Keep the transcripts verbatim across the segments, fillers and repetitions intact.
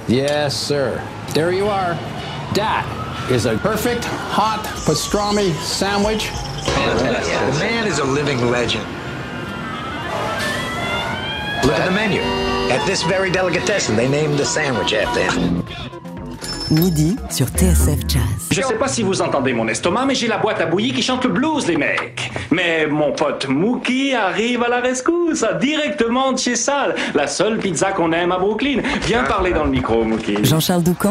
Yes, sir. There you are. That is a perfect hot pastrami sandwich. Fantastic. The man is a living legend. Look at the menu. At this very delicatessen, they named the sandwich after him. Midi sur T S F Jazz. Je sais pas si vous entendez mon estomac, mais j'ai la boîte à bouillie qui chante le blues, les mecs. Mais mon pote Mookie arrive à la rescousse, directement de chez Sal, la seule pizza qu'on aime à Brooklyn. Viens parler dans le micro, Mookie. Jean-Charles Doucan,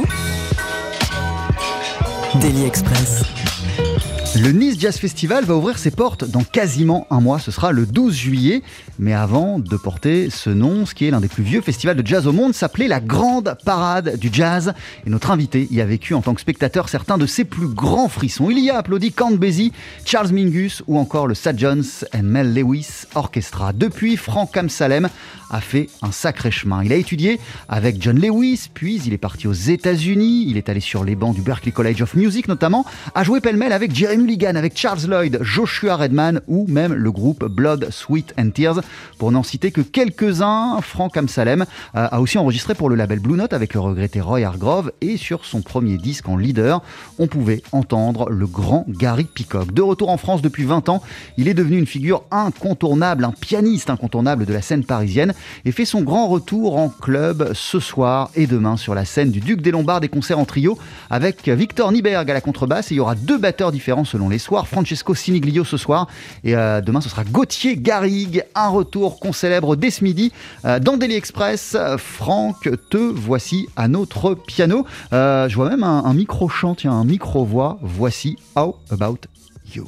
Daily Express. Le Nice Jazz Festival va ouvrir ses portes dans quasiment un mois, ce sera le douze juillet. Mais avant de porter ce nom, ce qui est l'un des plus vieux festivals de jazz au monde, s'appelait la Grande Parade du Jazz. Et notre invité y a vécu en tant que spectateur certains de ses plus grands frissons. Il y a applaudi Count Basie, Charles Mingus ou encore le Sad Jones and Mel Lewis Orchestra. Depuis, Franck Amsalem a fait un sacré chemin. Il a étudié avec John Lewis, puis il est parti aux États-Unis. Il est allé sur les bancs du Berklee College of Music notamment, a joué pêle-mêle avec Jerry Mulligan, avec Charles Lloyd, Joshua Redman ou même le groupe Blood, Sweat and Tears. Pour n'en citer que quelques-uns, Franck Amsalem a aussi enregistré pour le label Blue Note avec le regretté Roy Hargrove, et sur son premier disque en leader, on pouvait entendre le grand Gary Peacock. De retour en France depuis vingt ans, il est devenu une figure incontournable, un pianiste incontournable de la scène parisienne, et fait son grand retour en club ce soir et demain sur la scène du Duc des Lombards, des concerts en trio avec Victor Nyberg à la contrebasse, et il y aura deux batteurs différents selon les soirs, Francesco Siniglio ce soir, et euh, demain ce sera Gauthier Garrigue, un retour qu'on célèbre dès ce midi euh, dans Daily Express. Franck, te voici à notre piano. Euh, je vois même un, un micro-chant, tiens, un micro-voix. Voici How About You.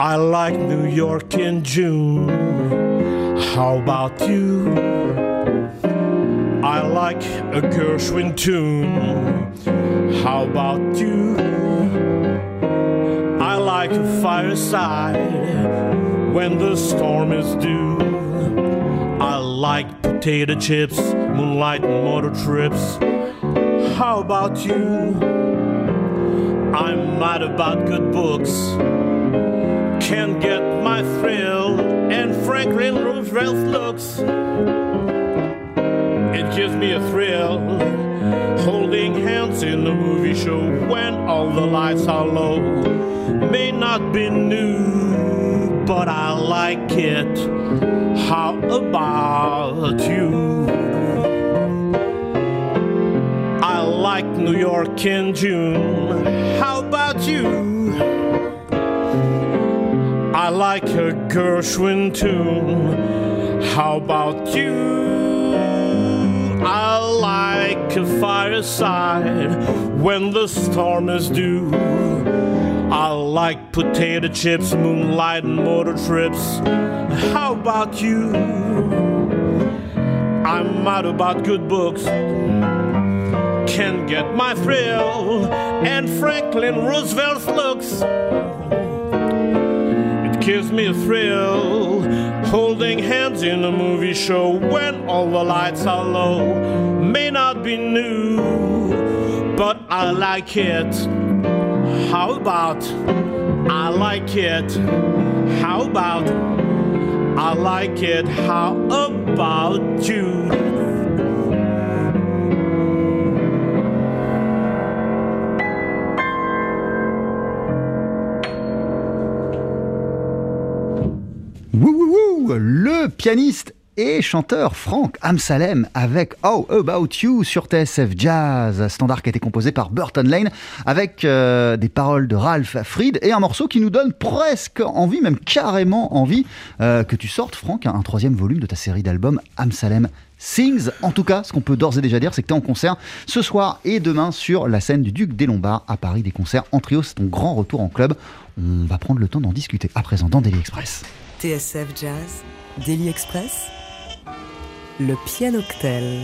I like New York in June. How about you? I like a Gershwin tune. How about you? I like a fireside when the storm is due. I like potato chips, moonlight and motor trips. How about you? I'm mad about good books. Can't get my thrill and Franklin Roosevelt's looks. It gives me a thrill holding hands in the movie show when all the lights are low. May not be new, but I like it. How about you? I like New York in June. How about you? I like a Gershwin tune. How about you? I like a fireside when the storm is due. I like potato chips, moonlight and motor trips. How about you? I'm mad about good books. Can't get my thrill and Franklin Roosevelt's looks. It gives me a thrill holding hands in a movie show when all the lights are low. May not be new, but I like it. How about I like it? How about I like it? How about you? Wouh, wouh, wouh, le pianiste et chanteur Franck Amsalem avec How About You sur T S F Jazz, standard qui a été composé par Burton Lane avec euh, des paroles de Ralph Fried et un morceau qui nous donne presque envie, même carrément envie euh, que tu sortes, Franck, un troisième volume de ta série d'albums Amsalem Sings. En tout cas, ce qu'on peut d'ores et déjà dire, c'est que tu es en concert ce soir et demain sur la scène du Duc des Lombards à Paris, des concerts en trio, c'est ton grand retour en club. On va prendre le temps d'en discuter à présent dans Daily Express. T S F Jazz, Daily Express, le pianoctel.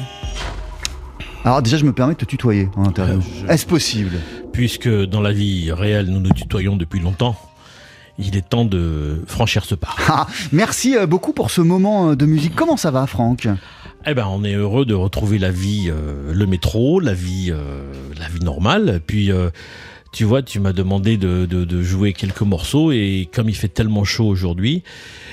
Alors déjà, je me permets de te tutoyer en interview. Euh, je... Est-ce possible ? Puisque dans la vie réelle, nous nous tutoyons depuis longtemps, il est temps de franchir ce pas. Ah, merci beaucoup pour ce moment de musique. Comment ça va, Franck ? Eh ben, on est heureux de retrouver la vie, euh, le métro, la vie, euh, la vie normale. Puis, euh, tu vois, tu m'as demandé de, de, de jouer quelques morceaux et comme il fait tellement chaud aujourd'hui,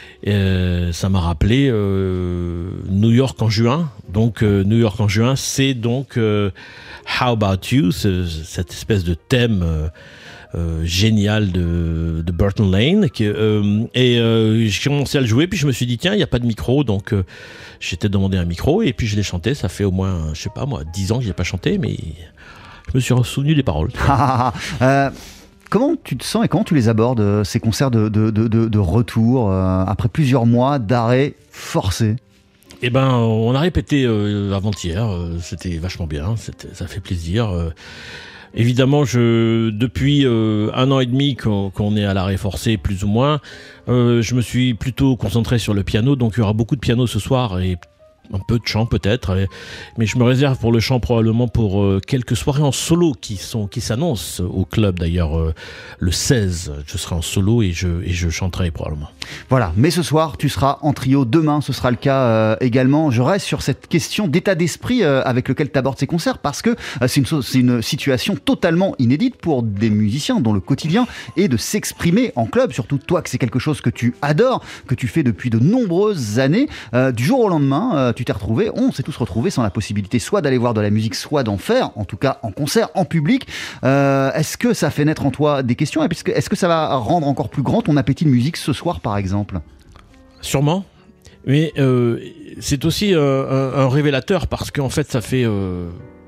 euh, ça m'a rappelé euh, New York en juin. Donc, euh, New York en juin, c'est donc euh, How About You, ce, cette espèce de thème euh, euh, génial de, de Burton Lane. Qui, euh, et euh, j'ai commencé à le jouer, puis je me suis dit, tiens, il n'y a pas de micro, donc euh, j'étais demandé un micro et puis je l'ai chanté. Ça fait au moins, je sais pas moi, dix ans que je n'ai pas chanté, mais je me suis souvenu des paroles. euh, comment tu te sens et comment tu les abordes, ces concerts de, de, de, de, de retour, euh, après plusieurs mois d'arrêt forcé ? Eh ben, on a répété euh, avant-hier, euh, c'était vachement bien, c'était, ça fait plaisir. Euh, évidemment, je, depuis euh, un an et demi qu'on, qu'on est à l'arrêt forcé, plus ou moins, euh, je me suis plutôt concentré sur le piano, donc il y aura beaucoup de piano ce soir et un peu de chant peut-être, mais je me réserve pour le chant probablement pour euh, quelques soirées en solo qui sont qui s'annoncent au club d'ailleurs euh, le seize. Je serai en solo et je et je chanterai probablement. Voilà, mais ce soir tu seras en trio, demain ce sera le cas euh, également. Je reste sur cette question d'état d'esprit euh, avec lequel tu abordes ces concerts parce que euh, c'est une c'est une situation totalement inédite pour des musiciens dont le quotidien est de s'exprimer en club, surtout toi que c'est quelque chose que tu adores, que tu fais depuis de nombreuses années. Euh, du jour au lendemain, euh, tu t'es retrouvé, on s'est tous retrouvés sans la possibilité soit d'aller voir de la musique, soit d'en faire, en tout cas en concert, en public. Euh, est-ce que ça fait naître en toi des questions ? Est-ce que ça va rendre encore plus grand ton appétit de musique ce soir, par exemple ? Sûrement, mais euh, c'est aussi euh, un, un révélateur parce qu'en fait, ça fait, euh,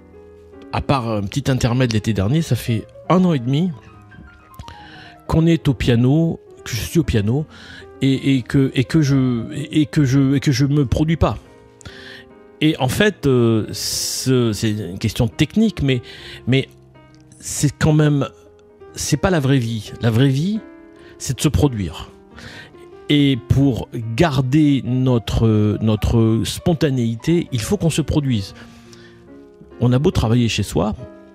à part un petit intermède l'été dernier, ça fait un an et demi qu'on est au piano, que je suis au piano et, et que et que je et que je et que je me produis pas. Et en fait, euh, ce, c'est une question technique, mais, mais c'est quand même, c'est pas la vraie vie. La vraie vie, c'est de se produire. Et pour garder notre, notre spontanéité, il faut qu'on se produise. On a beau travailler chez soi,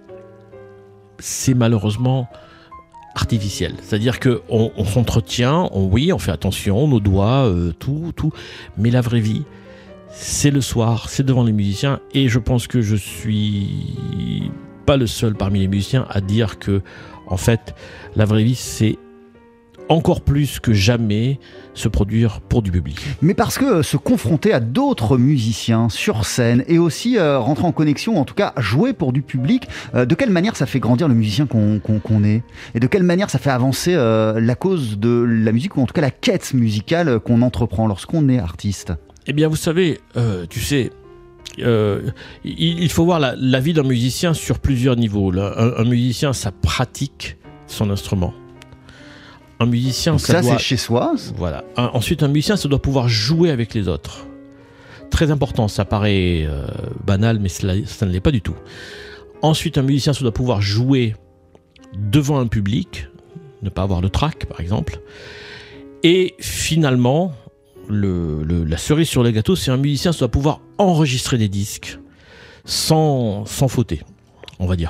c'est malheureusement artificiel. C'est-à-dire qu'on on s'entretient, on, oui, on fait attention, nos doigts, euh, tout, tout. Mais la vraie vie, c'est le soir, c'est devant les musiciens. Et je pense que je suis pas le seul parmi les musiciens à dire que, en fait, la vraie vie, c'est encore plus que jamais se produire pour du public. Mais parce que euh, se confronter à d'autres musiciens sur scène et aussi euh, rentrer en connexion, en tout cas jouer pour du public, euh, de quelle manière ça fait grandir le musicien qu'on, qu'on, qu'on est? Et de quelle manière ça fait avancer euh, la cause de la musique, ou en tout cas la quête musicale qu'on entreprend lorsqu'on est artiste? Eh bien, vous savez, euh, tu sais, euh, il, il faut voir la, la vie d'un musicien sur plusieurs niveaux. Là, un, un musicien, ça pratique son instrument. Un musicien, donc ça, ça doit... c'est chez soi. Voilà. Un, ensuite, un musicien, ça doit pouvoir jouer avec les autres. Très important, ça paraît euh, banal, mais cela, ça ne l'est pas du tout. Ensuite, un musicien, ça doit pouvoir jouer devant un public, ne pas avoir de trac, par exemple. Et finalement, le, le, la cerise sur le gâteau, c'est un musicien, ça doit pouvoir enregistrer des disques sans, sans fauter, on va dire.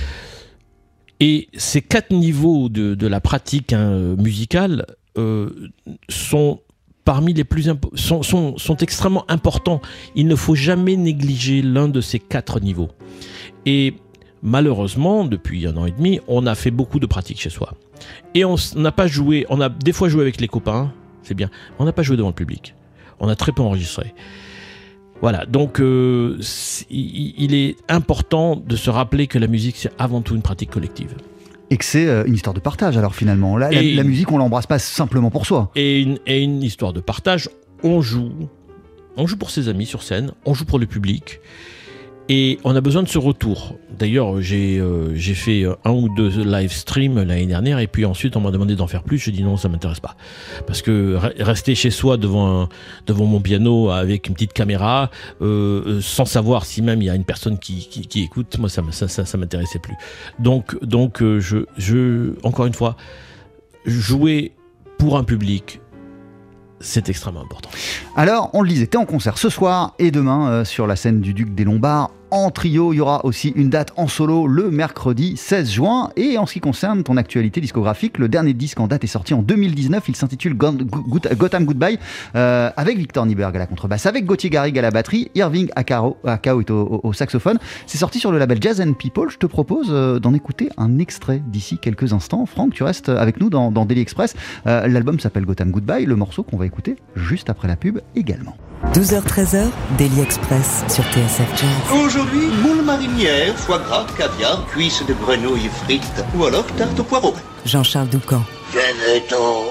Et ces quatre niveaux de, de la pratique hein, musicale euh, sont parmi les plus impo- sont, sont, sont extrêmement importants. Il ne faut jamais négliger l'un de ces quatre niveaux. Et malheureusement, depuis un an et demi, on a fait beaucoup de pratiques chez soi. Et on n'a pas joué, on a des fois joué avec les copains, c'est bien, mais on n'a pas joué devant le public. On a très peu enregistré. Voilà, donc euh, il est important de se rappeler que la musique, c'est avant tout une pratique collective. Et que c'est une histoire de partage, alors finalement. Là, la, la musique, on l'embrasse pas simplement pour soi. Et une, et une histoire de partage, on joue. On joue pour ses amis sur scène, on joue pour le public. Et on a besoin de ce retour. D'ailleurs, j'ai, euh, j'ai fait un ou deux live streams l'année dernière, et puis ensuite on m'a demandé d'en faire plus. J'ai dit non, ça m'intéresse pas. Parce que rester chez soi devant, un, devant mon piano avec une petite caméra, euh, sans savoir si même il y a une personne qui, qui, qui écoute, moi ça, ça, ça, ça m'intéressait plus. Donc, donc euh, je, je, encore une fois, jouer pour un public, c'est extrêmement important. Alors, on le disait, t'es en concert ce soir et demain euh, sur la scène du Duc des Lombards. En trio, il y aura aussi une date en solo le mercredi seize juin. Et en ce qui concerne ton actualité discographique, le dernier disque en date est sorti en deux mille dix-neuf. Il s'intitule Gotham Goodbye, euh, avec Victor Nyberg à la contrebasse, avec Gauthier Garrigue à la batterie, Irving Akao, Akao est au, au, au saxophone. C'est sorti sur le label Jazz and People. Je te propose euh, d'en écouter un extrait d'ici quelques instants. Franck, tu restes avec nous dans, dans Daily Express. Euh, l'album s'appelle Gotham Goodbye, le morceau qu'on va écouter juste après la pub également. douze heures treize, Daily Express sur T S F Jazz. Aujourd'hui, moule marinière, foie gras, caviar, cuisses de grenouille frites ou alors tarte au poireau. Jean-Charles Doucan. Venez-t'en.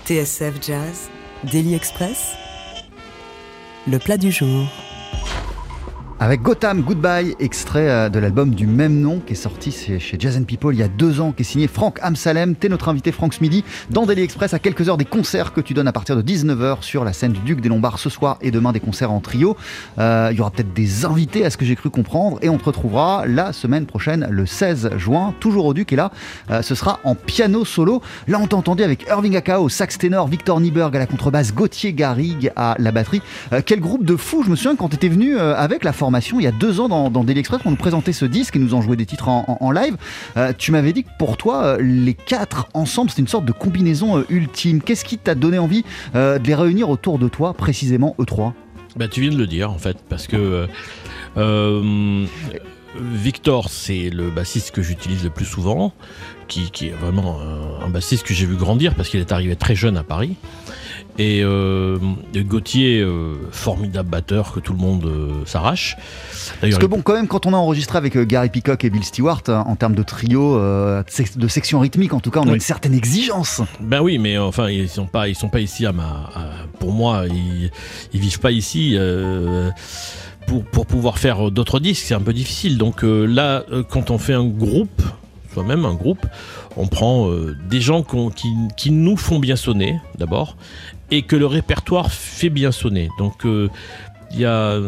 T S F Jazz, Daily Express, le plat du jour. Avec Gotham Goodbye, extrait de l'album du même nom qui est sorti chez Jazz and People il y a deux ans, qui est signé Franck Amsalem. T'es notre invité Franck ce midi dans Daily Express à quelques heures des concerts que tu donnes à partir de dix-neuf heures sur la scène du Duc des Lombards ce soir et demain des concerts en trio. Euh, il y aura peut-être des invités à ce que j'ai cru comprendre et on te retrouvera la semaine prochaine le seize juin, toujours au Duc et là euh, ce sera en piano solo. Là on t'a entendu avec Irving Akao au sax ténor, Victor Nyberg à la contrebasse, Gauthier Garrigue à la batterie. Euh, quel groupe de fous. Je me souviens quand t'étais venu euh, avec la formation il y a deux ans dans, dans Daily Express, on nous présentait ce disque et nous en jouait des titres en, en, en live. Euh, tu m'avais dit que pour toi, euh, les quatre ensemble, c'était une sorte de combinaison euh, ultime. Qu'est-ce qui t'a donné envie euh, de les réunir autour de toi, précisément eux trois ? Bah, tu viens de le dire en fait, parce que euh, Victor, c'est le bassiste que j'utilise le plus souvent, qui, qui est vraiment un, un bassiste que j'ai vu grandir parce qu'il est arrivé très jeune à Paris. Et euh, Gauthier, euh, formidable batteur que tout le monde euh, s'arrache. D'ailleurs, Parce que bon, quand même, quand on a enregistré avec euh, Gary Peacock et Bill Stewart, hein, en termes de trio, euh, de section rythmique, en tout cas, on a oui. une certaine exigence. Ben oui, mais enfin, ils sont pas, ils sont pas ici à ma. À, pour moi, ils, ils vivent pas ici. Euh, pour pour pouvoir faire d'autres disques, c'est un peu difficile. Donc euh, là, euh, quand on fait un groupe, soi-même un groupe, on prend euh, des gens qui, qui nous font bien sonner d'abord. Et que le répertoire fait bien sonner. Donc il euh, y, y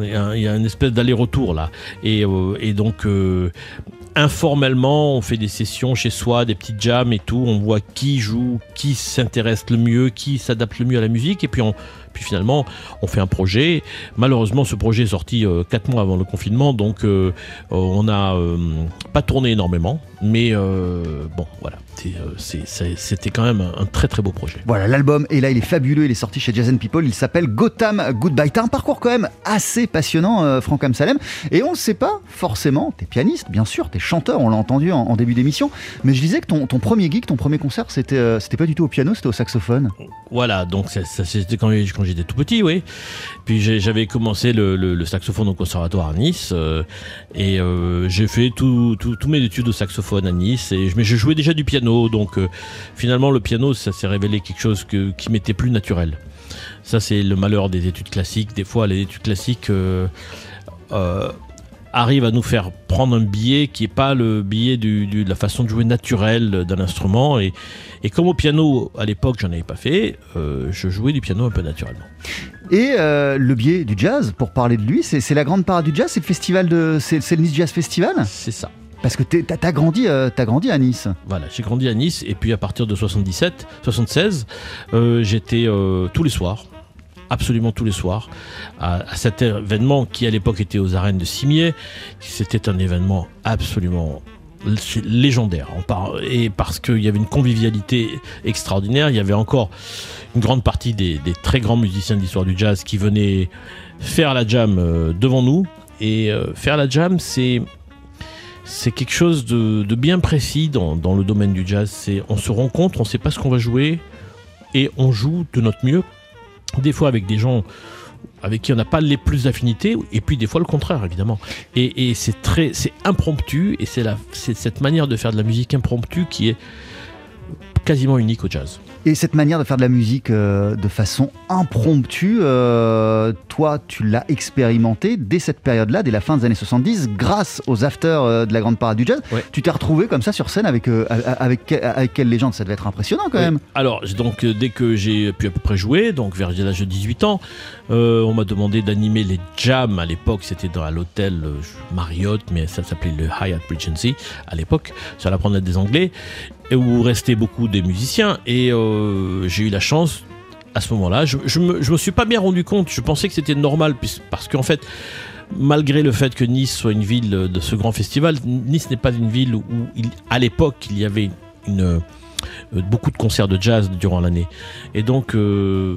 a une espèce d'aller-retour là. Et, euh, et donc euh, informellement, on fait des sessions chez soi, des petites jams et tout. On voit qui joue, qui s'intéresse le mieux, qui s'adapte le mieux à la musique. Et puis, on, puis finalement, on fait un projet. Malheureusement, ce projet est sorti euh, quatre mois avant le confinement. Donc euh, on n'a euh, pas tourné énormément. Mais euh, bon, voilà. C'est, c'est, c'est, c'était quand même un, un très très beau projet. Voilà, l'album est là, il est fabuleux, il est sorti chez Jazz and People, il s'appelle Gotham Goodbye. T'as un parcours quand même assez passionnant, euh, Franck Amsalem, et on ne sait pas forcément, t'es pianiste, bien sûr, t'es chanteur, on l'a entendu en, en début d'émission, mais je disais que ton, ton premier gig, ton premier concert, c'était, euh, c'était pas du tout au piano, c'était au saxophone. Voilà, donc ça, ça, c'était quand, quand j'étais tout petit, oui. Puis j'ai, j'avais commencé le, le, le saxophone au conservatoire à Nice, euh, et euh, j'ai fait tous tout, tout mes études au saxophone à Nice, et, mais je jouais déjà du piano. Donc euh, finalement le piano ça s'est révélé quelque chose que, qui m'était plus naturel. Ça c'est le malheur des études classiques. Des fois les études classiques euh, euh, arrivent à nous faire prendre un billet qui n'est pas le billet du, du, de la façon de jouer naturelle d'un instrument. Et, et comme au piano à l'époque j'en avais pas fait, euh, je jouais du piano un peu naturellement. Et euh, le biais du jazz, pour parler de lui, c'est, c'est la grande parade du jazz, c'est le festival de, c'est, c'est le Nice Jazz Festival. C'est ça. Parce que t'as, t'as, grandi, euh, t'as grandi à Nice. Voilà, j'ai grandi à Nice et puis à partir de soixante-dix-sept, soixante-seize, euh, j'étais euh, tous les soirs, absolument tous les soirs, à, à cet événement qui à l'époque était aux arènes de Cimiez. C'était un événement absolument légendaire. On parle, et parce qu'il y avait une convivialité extraordinaire, il y avait encore une grande partie des, des très grands musiciens de l'histoire du jazz qui venaient faire la jam euh, devant nous. Et euh, faire la jam, c'est... C'est quelque chose de, de bien précis dans, dans le domaine du jazz. C'est, on se rencontre, on ne sait pas ce qu'on va jouer et on joue de notre mieux. Des fois avec des gens avec qui on n'a pas les plus d'affinités et puis des fois le contraire évidemment. Et, et c'est, très, c'est impromptu et c'est, la, c'est cette manière de faire de la musique impromptue qui est quasiment unique au jazz. Et cette manière de faire de la musique euh, de façon impromptue, euh, toi, tu l'as expérimenté dès cette période-là, dès la fin des années soixante-dix, grâce aux afters euh, de la grande parade du jazz. Ouais. Tu t'es retrouvé comme ça sur scène avec, euh, avec, avec quelle légende ? Ça devait être impressionnant quand ouais. même. Alors, donc, dès que j'ai pu à peu près jouer, donc vers l'âge de dix-huit ans, euh, on m'a demandé d'animer les jams. À l'époque, c'était dans à l'hôtel euh, Marriott, mais ça s'appelait le Hyatt Regency à l'époque, sur la promenade des Anglais, et où restaient beaucoup des musiciens. Et euh, j'ai eu la chance, à ce moment-là, je, je, me, je me suis pas bien rendu compte, je pensais que c'était normal, parce qu'en fait, malgré le fait que Nice soit une ville de ce grand festival, Nice n'est pas une ville où, il, à l'époque, il y avait une, euh, beaucoup de concerts de jazz durant l'année. Et donc, euh,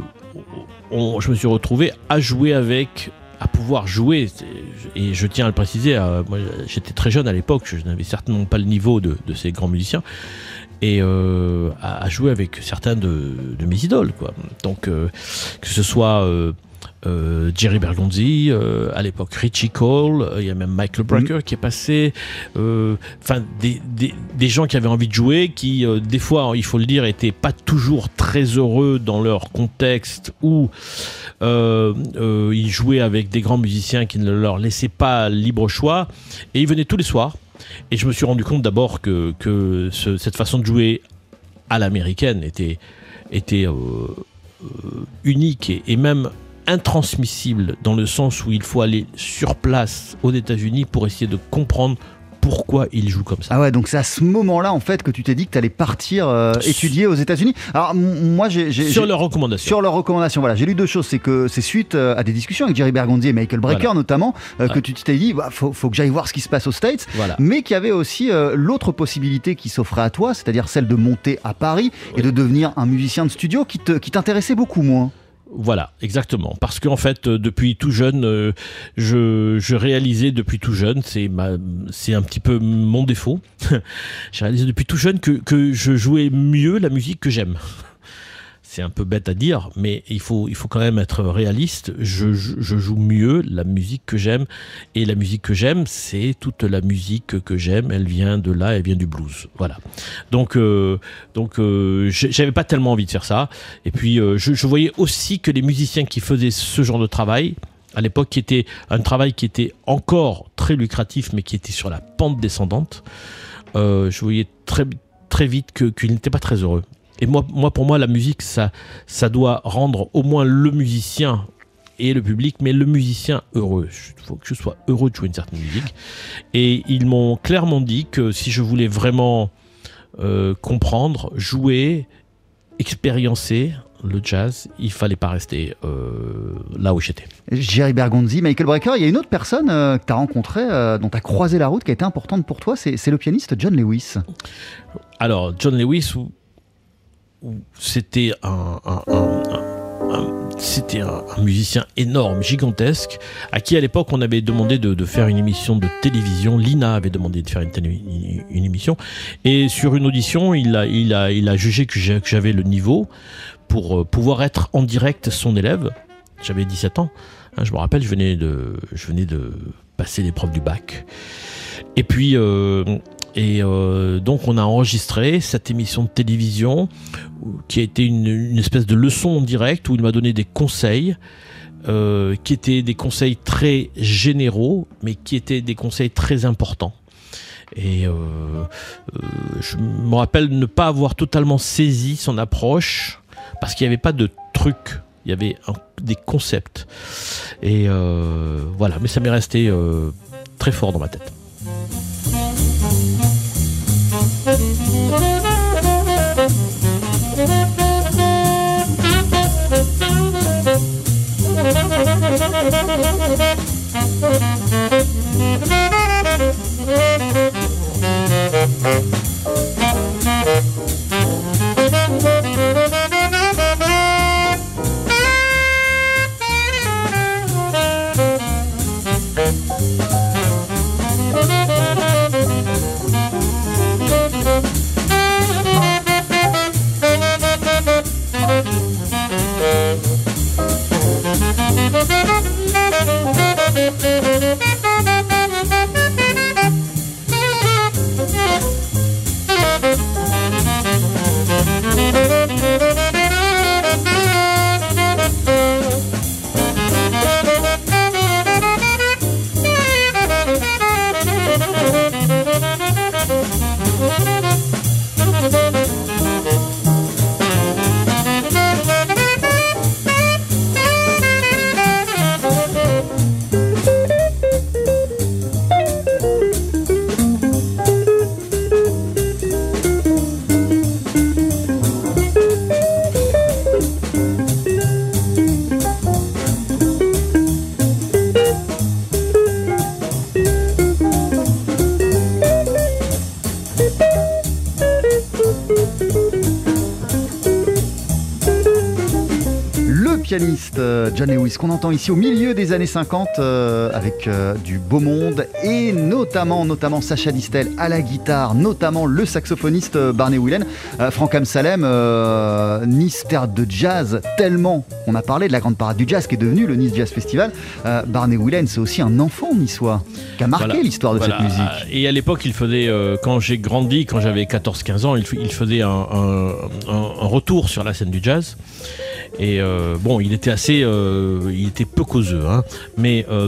on, je me suis retrouvé à jouer avec... à pouvoir jouer, et je tiens à le préciser, euh, moi j'étais très jeune à l'époque, je n'avais certainement pas le niveau de, de ces grands musiciens, et euh, à, à jouer avec certains de, de mes idoles, quoi. Donc euh, que ce soit euh, euh, Jerry Bergonzi, euh, à l'époque Richie Cole, il euh, y a même Michael Brecker mmh. qui est passé, enfin euh, des, des, des gens qui avaient envie de jouer, qui euh, des fois, il faut le dire, étaient pas toujours très heureux dans leur contexte où euh, euh, ils jouaient avec des grands musiciens qui ne leur laissaient pas libre choix, et ils venaient tous les soirs. Et je me suis rendu compte d'abord que, que ce, cette façon de jouer à l'américaine était, était euh, euh, unique et, et même intransmissible, dans le sens où il faut aller sur place aux États-Unis pour essayer de comprendre pourquoi ils jouent comme ça. Ah ouais, donc c'est à ce moment-là en fait que tu t'es dit que tu allais partir euh, étudier aux États-Unis. Alors m- moi j'ai, j'ai sur j'ai, leurs recommandations. Sur leurs recommandations, voilà, j'ai lu deux choses, c'est que c'est suite euh, à des discussions avec Jerry Bergonzi et Michael Brecker voilà. notamment euh, ouais. que tu t'es dit bah, faut, faut que j'aille voir ce qui se passe aux States, voilà. mais qu'il y avait aussi euh, l'autre possibilité qui s'offrait à toi, c'est-à-dire celle de monter à Paris oui. et de devenir un musicien de studio qui, te, qui t'intéressait beaucoup moins. Voilà, exactement. Parce qu'en fait, euh, depuis tout jeune, euh, je, je réalisais depuis tout jeune, c'est, ma, c'est un petit peu mon défaut, j'ai réalisé depuis tout jeune que, que je jouais mieux la musique que j'aime. C'est un peu bête à dire, mais il faut, il faut quand même être réaliste. Je, je, je joue mieux la musique que j'aime. Et la musique que j'aime, c'est toute la musique que j'aime. Elle vient de là, elle vient du blues. Voilà. Donc, euh, donc euh, j'avais pas tellement envie de faire ça. Et puis, euh, je, je voyais aussi que les musiciens qui faisaient ce genre de travail, à l'époque, qui était un travail qui était encore très lucratif, mais qui était sur la pente descendante, euh, je voyais très, très vite que, qu'ils n'étaient pas très heureux. Et moi, moi, pour moi, la musique, ça, ça doit rendre au moins le musicien et le public, mais le musicien heureux. Il faut que je sois heureux de jouer une certaine musique. Et ils m'ont clairement dit que si je voulais vraiment euh, comprendre, jouer, expériencer le jazz, il fallait pas rester euh, là où j'étais. Jerry Bergonzi, Michael Brecker, il y a une autre personne euh, que tu as rencontrée, euh, dont tu as croisé la route, qui a été importante pour toi, c'est, c'est le pianiste John Lewis. Alors, John Lewis... C'était un, un, un, un, un, c'était un, un musicien énorme, gigantesque, à qui à l'époque on avait demandé de, de faire une émission de télévision. Lina avait demandé de faire une, télé, une émission, et sur une audition, il a, il a, il a jugé que j'avais le niveau pour pouvoir être en direct son élève. J'avais dix-sept ans, hein, je me rappelle, je venais de, je venais de passer l'épreuve du bac. Et puis, euh, et euh, donc on a enregistré cette émission de télévision qui a été une, une espèce de leçon en direct où il m'a donné des conseils, euh, qui étaient des conseils très généraux, mais qui étaient des conseils très importants. Et euh, euh, je me rappelle ne pas avoir totalement saisi son approche, parce qu'il n'y avait pas de truc, il y avait un, des concepts. Et euh, voilà, mais ça m'est resté euh, très fort dans ma tête. Thank you. pianiste euh, John Lewis qu'on entend ici au milieu des années cinquante euh, avec euh, du beau monde et notamment, notamment Sacha Distel à la guitare, notamment le saxophoniste euh, Barney Whelan. Euh, Franck Amsalem, euh, Nice, terre de jazz, tellement on a parlé de la grande parade du jazz qui est devenue le Nice Jazz Festival. Euh, Barney Whelan, c'est aussi un enfant niçois qui a marqué voilà, l'histoire de voilà. cette musique. Et à l'époque, il faisait, euh, quand j'ai grandi, quand j'avais quatorze quinze ans, il, il faisait un, un, un, un retour sur la scène du jazz. Et euh, bon, il était assez, euh, il était peu causeux, hein, mais euh,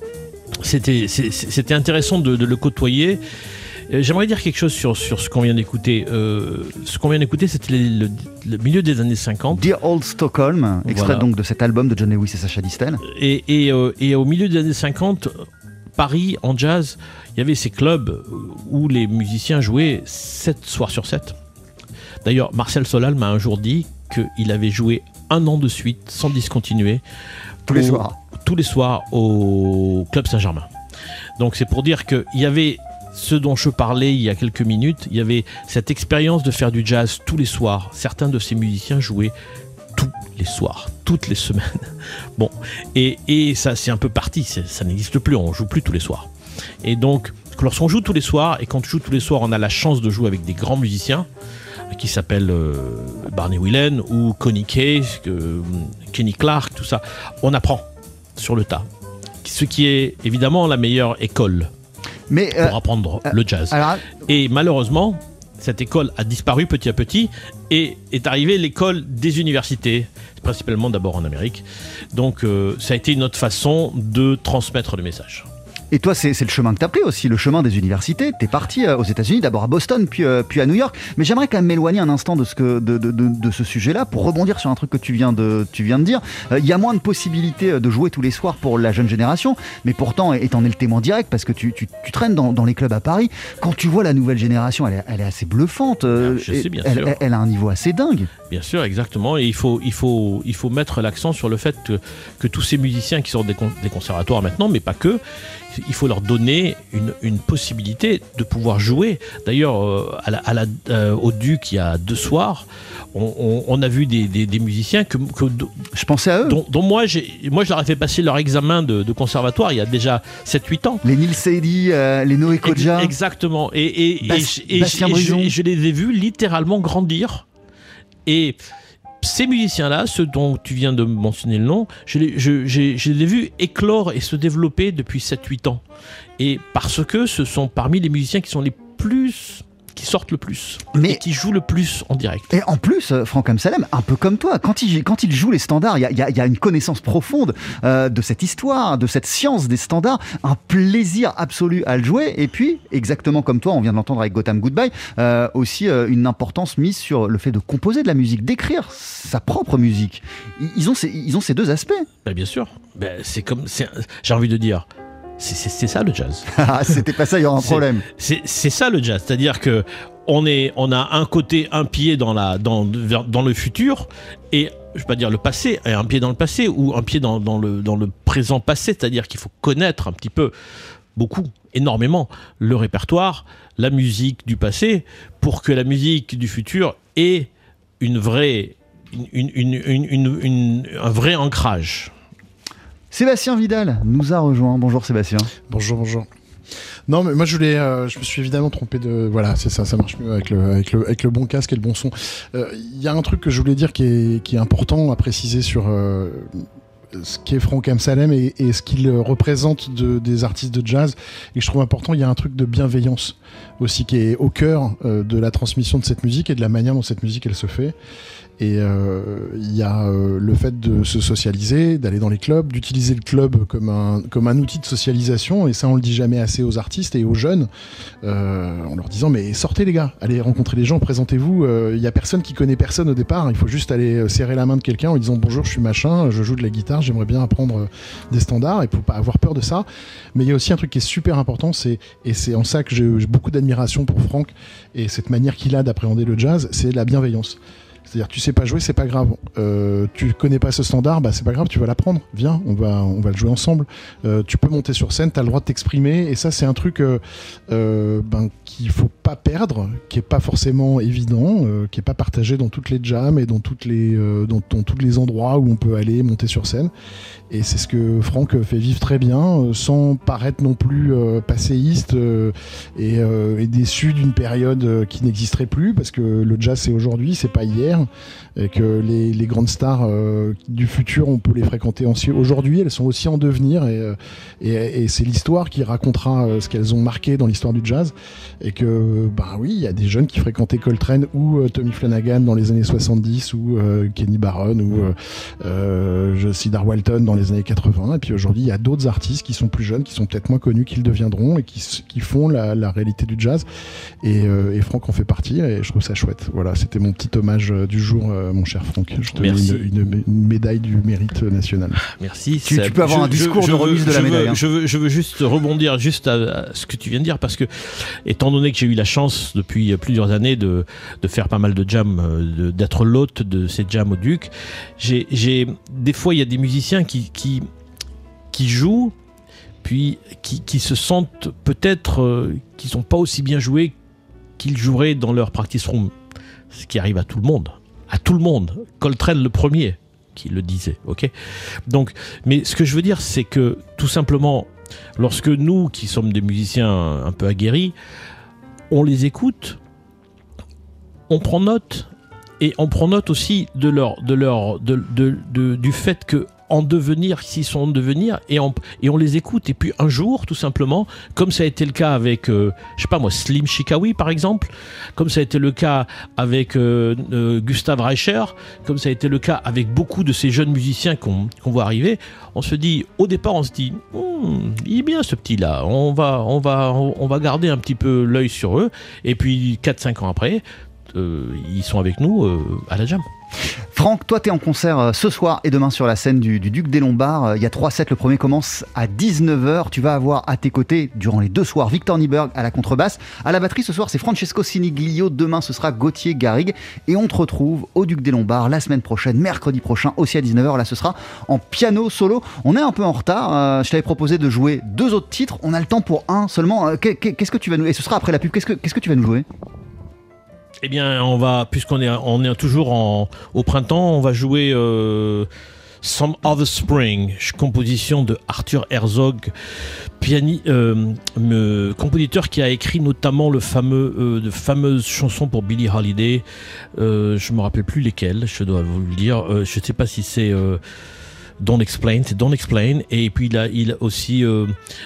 c'était, c'était intéressant de, de le côtoyer. J'aimerais dire quelque chose sur, sur ce qu'on vient d'écouter. Euh, ce qu'on vient d'écouter, c'était le, le, le milieu des années cinquante. Dear Old Stockholm, extrait voilà. donc de cet album de John Lewis et Sacha Distel. Et, et, euh, et au milieu des années cinquante, Paris, en jazz, il y avait ces clubs où les musiciens jouaient sept soirs sur sept. D'ailleurs, Marcel Solal m'a un jour dit qu'il avait joué un an de suite, sans discontinuer. Tous les au, soirs. Tous les soirs au Club Saint-Germain. Donc c'est pour dire qu'il y avait ce dont je parlais il y a quelques minutes, il y avait cette expérience de faire du jazz tous les soirs. Certains de ces musiciens jouaient tous les soirs, toutes les semaines. Bon, et, et ça c'est un peu parti, c'est, ça n'existe plus, on joue plus tous les soirs. Et donc, lorsqu'on joue tous les soirs, et quand on joue tous les soirs, on a la chance de jouer avec des grands musiciens, qui s'appellent euh, Barney Whelan ou Connie Kay, euh, Kenny Clark, tout ça. On apprend sur le tas. Ce qui est évidemment la meilleure école Mais, euh, pour apprendre euh, le jazz. Alors... Et malheureusement, cette école a disparu petit à petit et est arrivée l'école des universités, principalement d'abord en Amérique. Donc euh, ça a été une autre façon de transmettre le message. Et toi, c'est, c'est le chemin que tu as pris aussi, le chemin des universités. Tu es parti euh, aux États-Unis, d'abord à Boston, puis, euh, puis à New York. Mais j'aimerais quand même m'éloigner un instant de ce, que, de, de, de, de ce sujet-là pour rebondir sur un truc que tu viens de, tu viens de dire. Il euh, y a moins de possibilités de jouer tous les soirs pour la jeune génération, mais pourtant, et t'en es le témoin direct, parce que tu, tu, tu traînes dans, dans les clubs à Paris. Quand tu vois la nouvelle génération, elle est, elle est assez bluffante. Euh, Je sais, bien elle, sûr. Elle, elle a un niveau assez dingue. Bien sûr, exactement. Et il faut, il faut, il faut mettre l'accent sur le fait que, que tous ces musiciens qui sortent des, con, des conservatoires maintenant, mais pas que, il faut leur donner une, une possibilité de pouvoir jouer. D'ailleurs, euh, à la, à la, euh, au Duc, il y a deux soirs, on, on, on a vu des, des, des musiciens que, que je pensais à eux. Dont, dont moi, j'ai, moi, je leur ai fait passer leur examen de, de conservatoire il y a déjà sept huit ans. Les Neil Seddy, euh, les Noé Kodja. Exactement. Et, et, Bas- et, et, Bastien et, Brison. je, je les ai vus littéralement grandir. Et ces musiciens-là, ceux dont tu viens de mentionner le nom, je les, je, j'ai, je les ai vus éclore et se développer depuis sept huit ans. Et parce que ce sont parmi les musiciens qui sont les plus... qui sortent le plus mais, et qui jouent le plus en direct. Et en plus, Franck Amsalem, un peu comme toi, quand il, quand il joue les standards, il y a, y a, y a une connaissance profonde euh, de cette histoire, de cette science des standards, un plaisir absolu à le jouer, et puis, exactement comme toi, on vient de l'entendre avec Gotham Goodbye, euh, aussi euh, une importance mise sur le fait de composer de la musique, d'écrire sa propre musique. Ils ont ces, ils ont ces deux aspects. Ben bien sûr, ben, c'est comme, c'est, j'ai envie de dire... C'est, c'est, c'est ça le jazz. C'était pas ça, il y aura un problème. C'est, c'est, c'est ça le jazz, c'est-à-dire que on est, on a un côté, un pied dans la, dans, dans le futur et je vais pas dire le passé, un pied dans le passé ou un pied dans, dans le, dans le présent passé, c'est-à-dire qu'il faut connaître un petit peu, beaucoup, énormément le répertoire, la musique du passé pour que la musique du futur ait une vraie, une, une, une, une, une, un vrai ancrage. Sébastien Vidal nous a rejoint. Bonjour Sébastien. Bonjour, bonjour. Non, mais moi je voulais, euh, je me suis évidemment trompé de, voilà, c'est ça, ça marche mieux avec le, avec le, avec le bon casque et le bon son. Il euh, y a un truc que je voulais dire qui est, qui est important à préciser sur euh, ce qu'est Franck Amsalem et, et ce qu'il représente de, des artistes de jazz. Et que je trouve important, il y a un truc de bienveillance aussi qui est au cœur euh, de la transmission de cette musique et de la manière dont cette musique elle se fait. Et il euh, y a euh, le fait de se socialiser, d'aller dans les clubs, d'utiliser le club comme un, comme un outil de socialisation. Et ça, on le dit jamais assez aux artistes et aux jeunes, euh, en leur disant mais sortez les gars, allez rencontrer les gens, présentez-vous. Il euh, y a personne qui connaît personne au départ. Il faut juste aller serrer la main de quelqu'un en lui disant bonjour, je suis machin, je joue de la guitare, j'aimerais bien apprendre des standards. Il faut pas avoir peur de ça. Mais il y a aussi un truc qui est super important, c'est, et c'est en ça que j'ai, j'ai beaucoup d'admiration pour Franck et cette manière qu'il a d'appréhender le jazz, c'est la bienveillance. C'est-à-dire, tu sais pas jouer, c'est pas grave. Euh, tu connais pas ce standard, bah c'est pas grave, tu vas l'apprendre. Viens, on va, on va le jouer ensemble. Euh, tu peux monter sur scène, t'as le droit de t'exprimer, et ça, c'est un truc euh, euh, ben, qu'il faut pas perdre, qui est pas forcément évident, euh, qui est pas partagé dans toutes les jams et dans toutes les, euh, dans, dans tous les endroits où on peut aller monter sur scène. Et c'est ce que Franck fait vivre très bien, euh, sans paraître non plus euh, passéiste euh, et, euh, et déçu d'une période euh, qui n'existerait plus, parce que le jazz c'est aujourd'hui, c'est pas hier, et que les, les grandes stars euh, du futur, on peut les fréquenter aussi aujourd'hui, elles sont aussi en devenir, et, euh, et, et c'est l'histoire qui racontera euh, ce qu'elles ont marqué dans l'histoire du jazz, et que bah oui, il y a des jeunes qui fréquentaient Coltrane ou euh, Tommy Flanagan dans les années soixante-dix, ou euh, Kenny Barron, ou euh, euh, Cedar Walton dans les années quatre-vingts, et puis aujourd'hui il y a d'autres artistes qui sont plus jeunes, qui sont peut-être moins connus qu'ils deviendront, et qui, qui font la, la réalité du jazz, et, euh, et Franck en fait partie, et je trouve ça chouette. Voilà, c'était mon petit hommage euh, du jour, euh, mon cher Franck. Je te mets une, une, une médaille du mérite national. Merci. Tu, tu peux avoir je, un discours je, de remise je de la veux, médaille. Hein. Je, veux, je veux juste rebondir juste à, à ce que tu viens de dire, parce que étant donné que j'ai eu la chance depuis plusieurs années de, de faire pas mal de jams, de, d'être l'hôte de ces jams au Duc, j'ai, j'ai, des fois il y a des musiciens qui, qui, qui jouent, puis qui, qui se sentent peut-être euh, qu'ils n'ont pas aussi bien joué qu'ils joueraient dans leur practice room. Ce qui arrive à tout le monde. À tout le monde. Coltrane le premier qui le disait, ok ? Donc, mais ce que je veux dire, c'est que tout simplement, lorsque nous, qui sommes des musiciens un peu aguerris, on les écoute, on prend note, et on prend note aussi de leur, de leur, de, de, de, du fait que en devenir, s'ils sont en devenir, et on, et on les écoute. Et puis un jour, tout simplement, comme ça a été le cas avec, euh, je sais pas moi, Slim Chikawi par exemple, comme ça a été le cas avec euh, euh, Gustav Reicher, comme ça a été le cas avec beaucoup de ces jeunes musiciens qu'on, qu'on voit arriver, on se dit, au départ, on se dit, hm, il est bien ce petit-là, on va, on va, on va garder un petit peu l'œil sur eux, et puis quatre cinq ans après, euh, ils sont avec nous euh, à la jam. Franck, toi, tu es en concert ce soir et demain sur la scène du, du Duc des Lombards. Il y a trois sets. Le premier commence à dix-neuf heures. Tu vas avoir à tes côtés, durant les deux soirs, Victor Nyberg à la contrebasse. À la batterie, ce soir, c'est Francesco Siniglio. Demain, ce sera Gauthier Garrigue. Et on te retrouve au Duc des Lombards la semaine prochaine, mercredi prochain, aussi à dix-neuf heures. Là, ce sera en piano solo. On est un peu en retard. Euh, je t'avais proposé de jouer deux autres titres. On a le temps pour un seulement. Qu'est-ce que tu vas nous... Et ce sera après la pub. Qu'est-ce que, qu'est-ce que tu vas nous jouer ? Eh bien, on va, puisqu'on est, on est toujours en, au printemps, on va jouer euh, Some Other Spring, composition de Arthur Herzog, piani, euh, me, compositeur qui a écrit notamment le fameux, euh, de fameuses chansons pour Billie Holiday. Euh, je me rappelle plus lesquelles, je dois vous le dire. Euh, je sais pas si c'est euh, Don't Explain, c'est Don't Explain. Et puis il a, il a aussi euh,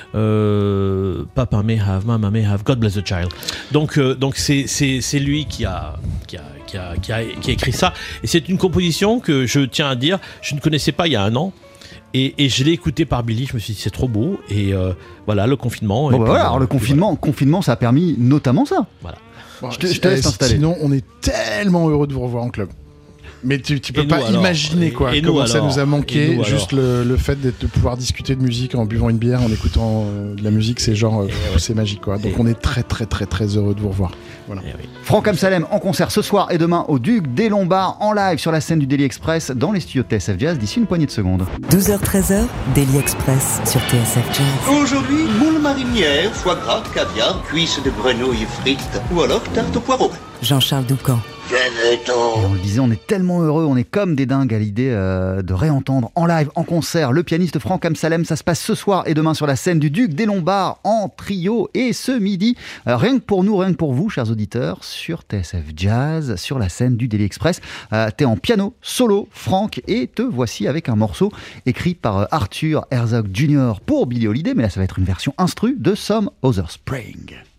euh, Papa May Have, Mama May Have, God Bless the Child. Donc, euh, donc c'est, c'est, c'est lui qui a, qui, a, qui, a, qui, a, qui a écrit ça. Et c'est une composition que je tiens à dire, je ne connaissais pas il y a un an. Et, et je l'ai écouté par Billy, je me suis dit c'est trop beau. Et euh, voilà, le confinement. Bon, et bah puis, voilà, alors le confinement, voilà. confinement, ça a permis notamment ça. Voilà. Bon, je te, je te laisse t'installer. Sinon, on est tellement heureux de vous revoir en club. Mais tu, tu peux et pas nous, alors, imaginer quoi, et, et comment nous, ça alors, nous a manqué. nous, juste le, le fait d'être, de pouvoir discuter de musique en buvant une bière, en écoutant euh, de la musique, c'est genre, euh, c'est magique quoi. Donc et on est très très très très heureux de vous revoir. Voilà. Oui. Franck Amsalem en concert ce soir et demain au Duc des Lombards en live sur la scène du Daily Express dans les studios de T S F Jazz d'ici une poignée de secondes. douze heures treize heures, Daily Express sur T S F Jazz. Aujourd'hui, moule marinière, foie gras, caviar, cuisses de grenouille frites ou alors tarte au poireau. Jean-Charles Doucan. Et on le disait, on est tellement heureux, on est comme des dingues à l'idée euh, de réentendre en live, en concert, le pianiste Franck Amsalem. Ça se passe ce soir et demain sur la scène du Duc des Lombards en trio et ce midi, euh, rien que pour nous, rien que pour vous, chers auditeurs, sur T S F Jazz, sur la scène du Daily Express. Euh, t'es en piano solo, Franck, et te voici avec un morceau écrit par euh, Arthur Herzog junior pour Billie Holiday, mais là ça va être une version instru de Some Other Spring.